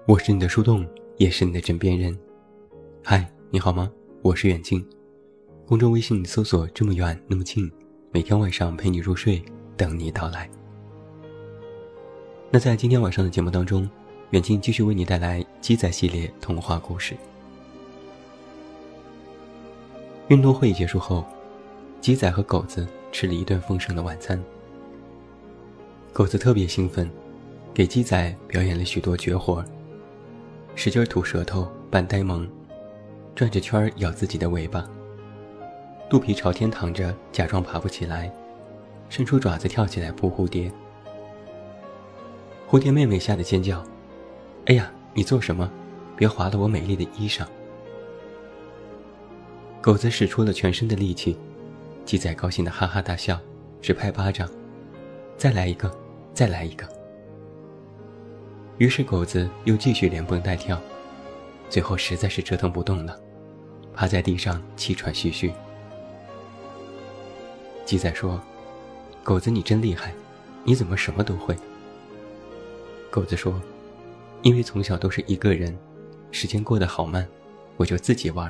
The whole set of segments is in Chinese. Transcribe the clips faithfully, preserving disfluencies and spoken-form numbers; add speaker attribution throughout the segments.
Speaker 1: 我是你的树洞，也是你的枕边人。嗨，你好吗？我是远近。公众微信搜索这么远那么近，每天晚上陪你入睡，等你到来。那在今天晚上的节目当中，远近继续为你带来鸡仔系列童话故事。运动会结束后，鸡仔和狗子吃了一顿丰盛的晚餐。狗子特别兴奋，给鸡仔表演了许多绝活，使劲吐舌头扮呆萌，转着圈咬自己的尾巴，肚皮朝天躺着假装爬不起来，伸出爪子跳起来扑蝴蝶。蝴蝶妹妹吓得尖叫，哎呀，你做什么？别划了我美丽的衣裳。狗子使出了全身的力气，鸡仔高兴地哈哈大笑，直拍巴掌，再来一个，再来一个。于是狗子又继续连蹦带跳，最后实在是折腾不动了，趴在地上气喘吁吁。鸡仔说，狗子你真厉害，你怎么什么都会？狗子说，因为从小都是一个人，时间过得好慢，我就自己玩。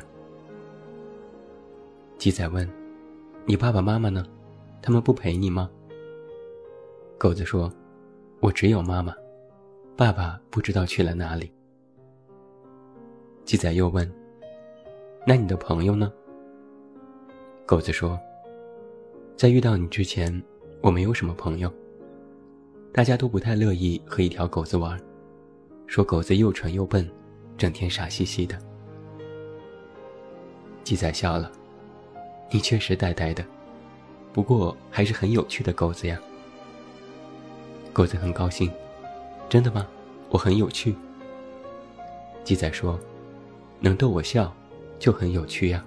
Speaker 1: 鸡仔问，你爸爸妈妈呢？他们不陪你吗？狗子说，我只有妈妈，爸爸不知道去了哪里。鸡仔又问，那你的朋友呢？狗子说，在遇到你之前，我没有什么朋友，大家都不太乐意和一条狗子玩，说狗子又蠢又笨，整天傻兮兮的。鸡仔笑了，你确实呆呆的，不过还是很有趣的狗子呀。狗子很高兴，真的吗？我很有趣。鸡仔说，能逗我笑就很有趣呀。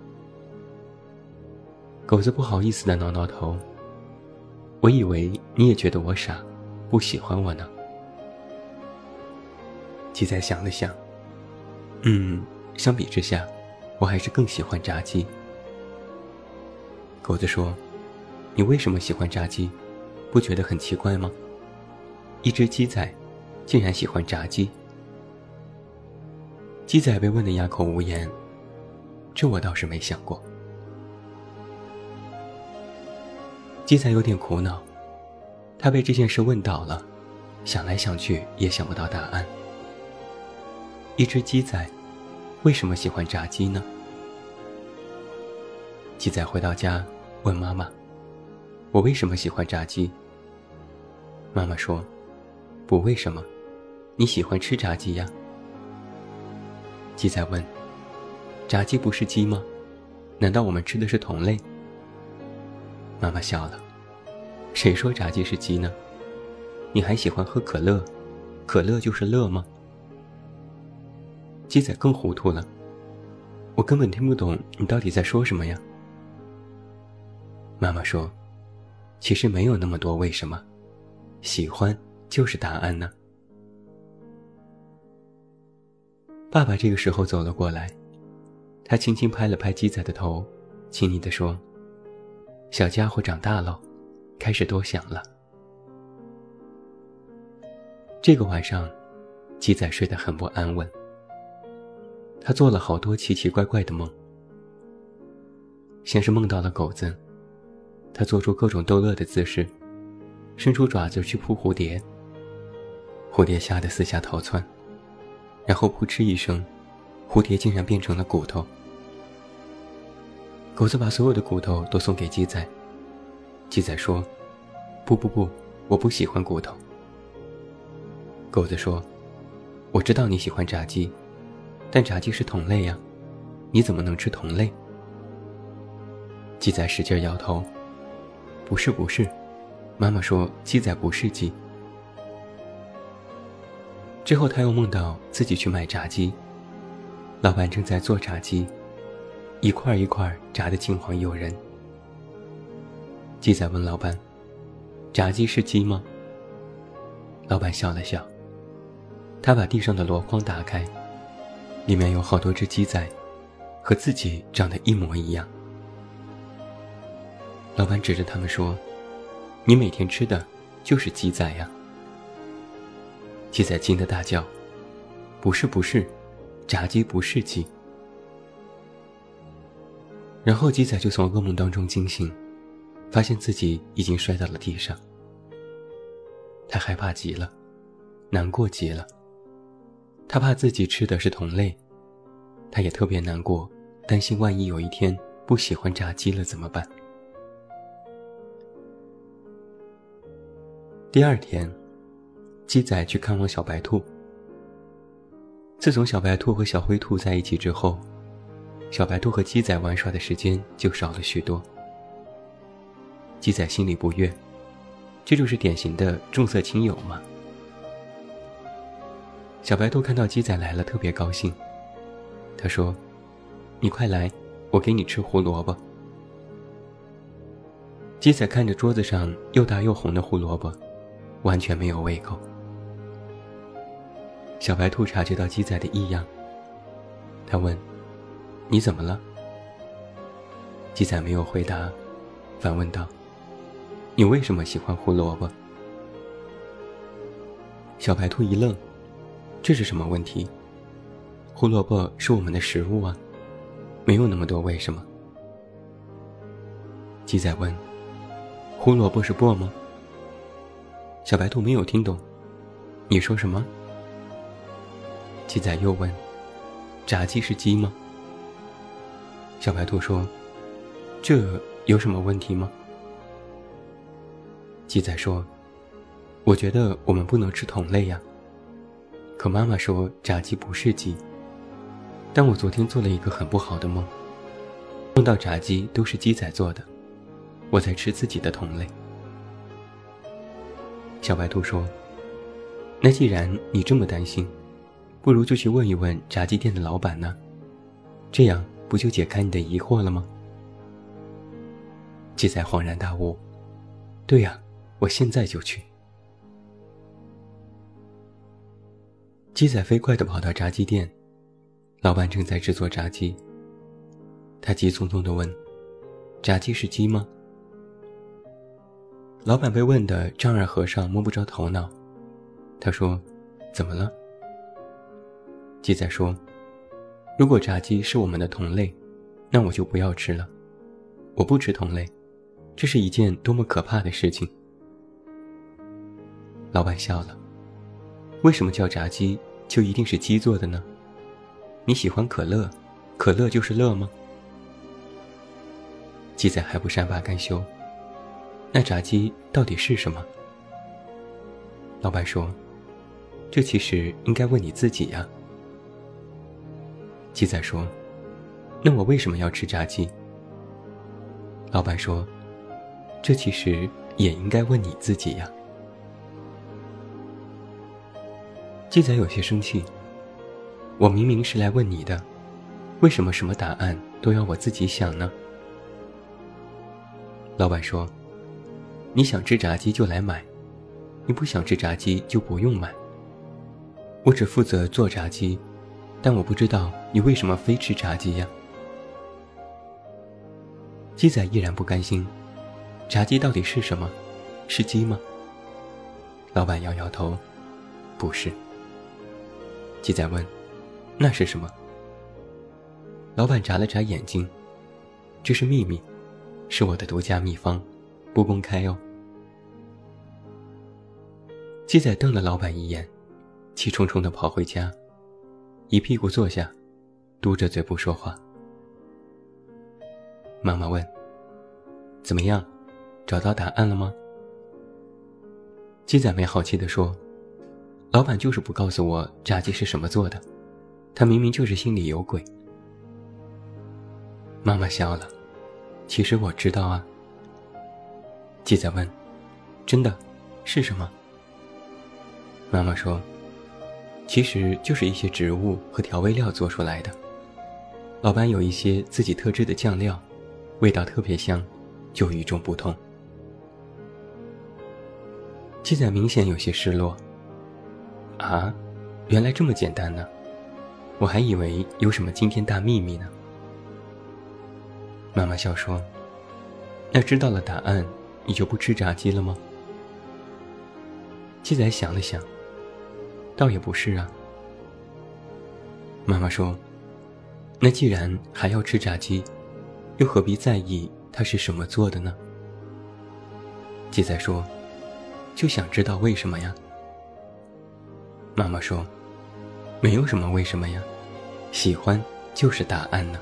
Speaker 1: 狗子不好意思地挠挠头，我以为你也觉得我傻，不喜欢我呢。鸡仔想了想，嗯，相比之下，我还是更喜欢炸鸡。狗子说，你为什么喜欢炸鸡？不觉得很奇怪吗？一只鸡仔竟然喜欢炸鸡。鸡仔被问得哑口无言，这我倒是没想过。鸡仔有点苦恼，他被这件事问倒了，想来想去也想不到答案。一只鸡仔为什么喜欢炸鸡呢？鸡仔回到家问妈妈，我为什么喜欢炸鸡？妈妈说，不为什么，你喜欢吃炸鸡呀。鸡仔问，炸鸡不是鸡吗？难道我们吃的是同类？妈妈笑了，谁说炸鸡是鸡呢？你还喜欢喝可乐，可乐就是乐吗？鸡仔更糊涂了，我根本听不懂你到底在说什么呀。妈妈说，其实没有那么多为什么，喜欢就是答案呢。爸爸这个时候走了过来，他轻轻拍了拍鸡仔的头，亲昵地说，小家伙长大了，开始多想了。这个晚上，鸡仔睡得很不安稳，他做了好多奇奇怪怪的梦。先是梦到了狗子，他做出各种逗乐的姿势，伸出爪子去扑蝴蝶，蝴蝶吓得四下逃窜，然后扑哧一声，蝴蝶竟然变成了骨头。狗子把所有的骨头都送给鸡仔，鸡仔说，不不不，我不喜欢骨头。狗子说，我知道你喜欢炸鸡，但炸鸡是同类呀，你怎么能吃同类？鸡仔使劲摇头，不是不是，妈妈说鸡仔不是鸡。之后他又梦到自己去买炸鸡，老板正在做炸鸡，一块一块炸得金黄诱人。鸡仔问老板，炸鸡是鸡吗？老板笑了笑，他把地上的箩筐打开，里面有好多只鸡仔，和自己长得一模一样。老板指着他们说，你每天吃的就是鸡仔呀。鸡仔惊得大叫， 不是不是，炸鸡不是鸡。然后鸡仔就从噩梦当中惊醒，发现自己已经摔到了地上。他害怕极了，难过极了。他怕自己吃的是同类，他也特别难过，担心万一有一天不喜欢炸鸡了怎么办。第二天，鸡仔去看望小白兔。自从小白兔和小灰兔在一起之后，小白兔和鸡仔玩耍的时间就少了许多。鸡仔心里不悦，这就是典型的重色轻友嘛。小白兔看到鸡仔来了，特别高兴。他说：“你快来，我给你吃胡萝卜。”鸡仔看着桌子上又大又红的胡萝卜，完全没有胃口。小白兔察觉到鸡仔的异样，他问：“你怎么了？”鸡仔没有回答，反问道：“你为什么喜欢胡萝卜？”小白兔一愣，这是什么问题？胡萝卜是我们的食物啊，没有那么多为什么。鸡仔问：“胡萝卜是卜吗？”小白兔没有听懂，你说什么？鸡仔又问：“炸鸡是鸡吗？”小白兔说：“这有什么问题吗？”鸡仔说：“我觉得我们不能吃同类呀。可妈妈说炸鸡不是鸡，但我昨天做了一个很不好的梦，梦到炸鸡都是鸡仔做的，我在吃自己的同类。”小白兔说：“那既然你这么担心，不如就去问一问炸鸡店的老板呢，这样不就解开你的疑惑了吗？”鸡仔恍然大悟：“对呀，我现在就去。”鸡仔飞快地跑到炸鸡店，老板正在制作炸鸡。他急匆匆地问：“炸鸡是鸡吗？”老板被问得丈二和尚摸不着头脑。他说：“怎么了？”鸡仔说：“如果炸鸡是我们的同类，那我就不要吃了。我不吃同类，这是一件多么可怕的事情。”老板笑了：“为什么叫炸鸡就一定是鸡做的呢？你喜欢可乐，可乐就是乐吗？”鸡仔还不善罢甘休：“那炸鸡到底是什么？”老板说：“这其实应该问你自己呀。”鸡仔说：“那我为什么要吃炸鸡？”老板说：“这其实也应该问你自己呀。”鸡仔有些生气：“我明明是来问你的，为什么什么答案都要我自己想呢？”老板说：“你想吃炸鸡就来买，你不想吃炸鸡就不用买。我只负责做炸鸡，但我不知道你为什么非吃炸鸡呀？”鸡仔依然不甘心：“炸鸡到底是什么？是鸡吗？”老板摇摇头：“不是。”鸡仔问：“那是什么？”老板眨了眨眼睛：“这是秘密，是我的独家秘方，不公开哦。”鸡仔瞪了老板一眼，气冲冲地跑回家，一屁股坐下，嘟着嘴不说话。妈妈问：“怎么样，找到答案了吗？”鸡仔没好气地说：“老板就是不告诉我炸鸡是什么做的，他明明就是心里有鬼。”妈妈笑了：“其实我知道啊。”鸡仔问：“真的，是什么？”妈妈说：“其实就是一些植物和调味料做出来的。老板有一些自己特制的酱料，味道特别香，就与众不同。”鸡仔明显有些失落：“啊，原来这么简单呢，我还以为有什么惊天大秘密呢。”妈妈笑说：“那知道了答案，你就不吃炸鸡了吗？”鸡仔想了想：“倒也不是啊。 妈妈说，那既然还要吃炸鸡，又何必在意它是什么做的呢？鸡仔说，就想知道为什么呀。妈妈说，没有什么为什么呀，喜欢就是答案呢。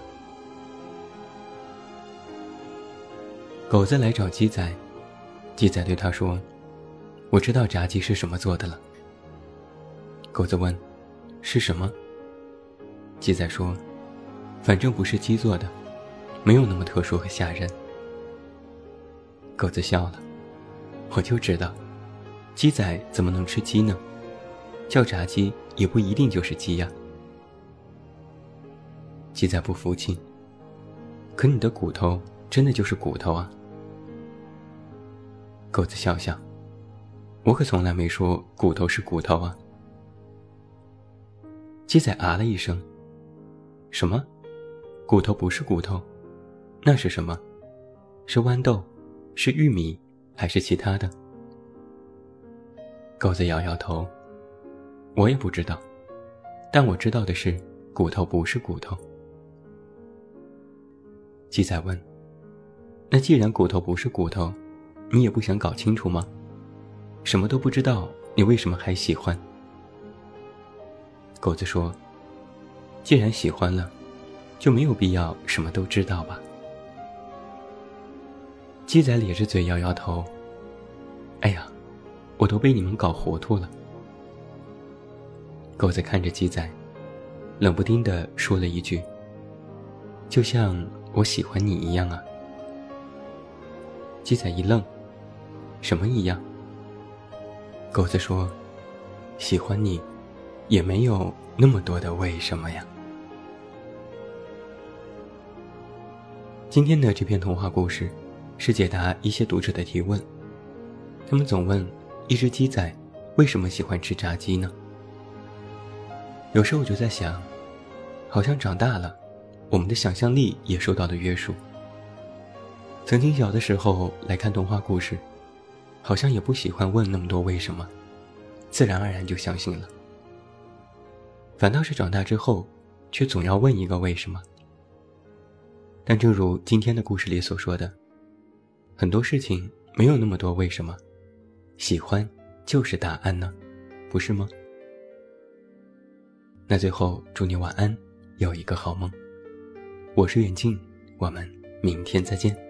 Speaker 1: 狗子来找鸡仔，鸡仔对他说，我知道炸鸡是什么做的了。狗子问，是什么？鸡仔说，反正不是鸡做的，没有那么特殊和吓人。狗子笑了，我就知道，鸡仔怎么能吃鸡呢？叫炸鸡也不一定就是鸡呀。鸡仔不服气，可你的骨头真的就是骨头啊。狗子笑笑，我可从来没说骨头是骨头啊。鸡仔啊了一声，什么？骨头不是骨头？那是什么？是豌豆？是玉米？还是其他的？狗子摇摇头，我也不知道，但我知道的是，骨头不是骨头。鸡仔问，那既然骨头不是骨头，你也不想搞清楚吗？什么都不知道，你为什么还喜欢？狗子说，既然喜欢了，就没有必要什么都知道吧。鸡仔咧着嘴摇摇头，哎呀，我都被你们搞糊涂了。狗子看着鸡仔，冷不丁地说了一句，就像我喜欢你一样啊。鸡仔一愣，什么一样？狗子说，喜欢你也没有那么多的为什么呀。今天的这篇童话故事是解答一些读者的提问，他们总问一只鸡仔为什么喜欢吃炸鸡呢？有时候我就在想，好像长大了，我们的想象力也受到了约束。曾经小的时候来看童话故事，好像也不喜欢问那么多为什么，自然而然就相信了。反倒是长大之后，却总要问一个为什么。但正如今天的故事里所说的，很多事情没有那么多为什么，喜欢就是答案呢，不是吗？那最后祝你晚安，有一个好梦。我是远近，我们明天再见。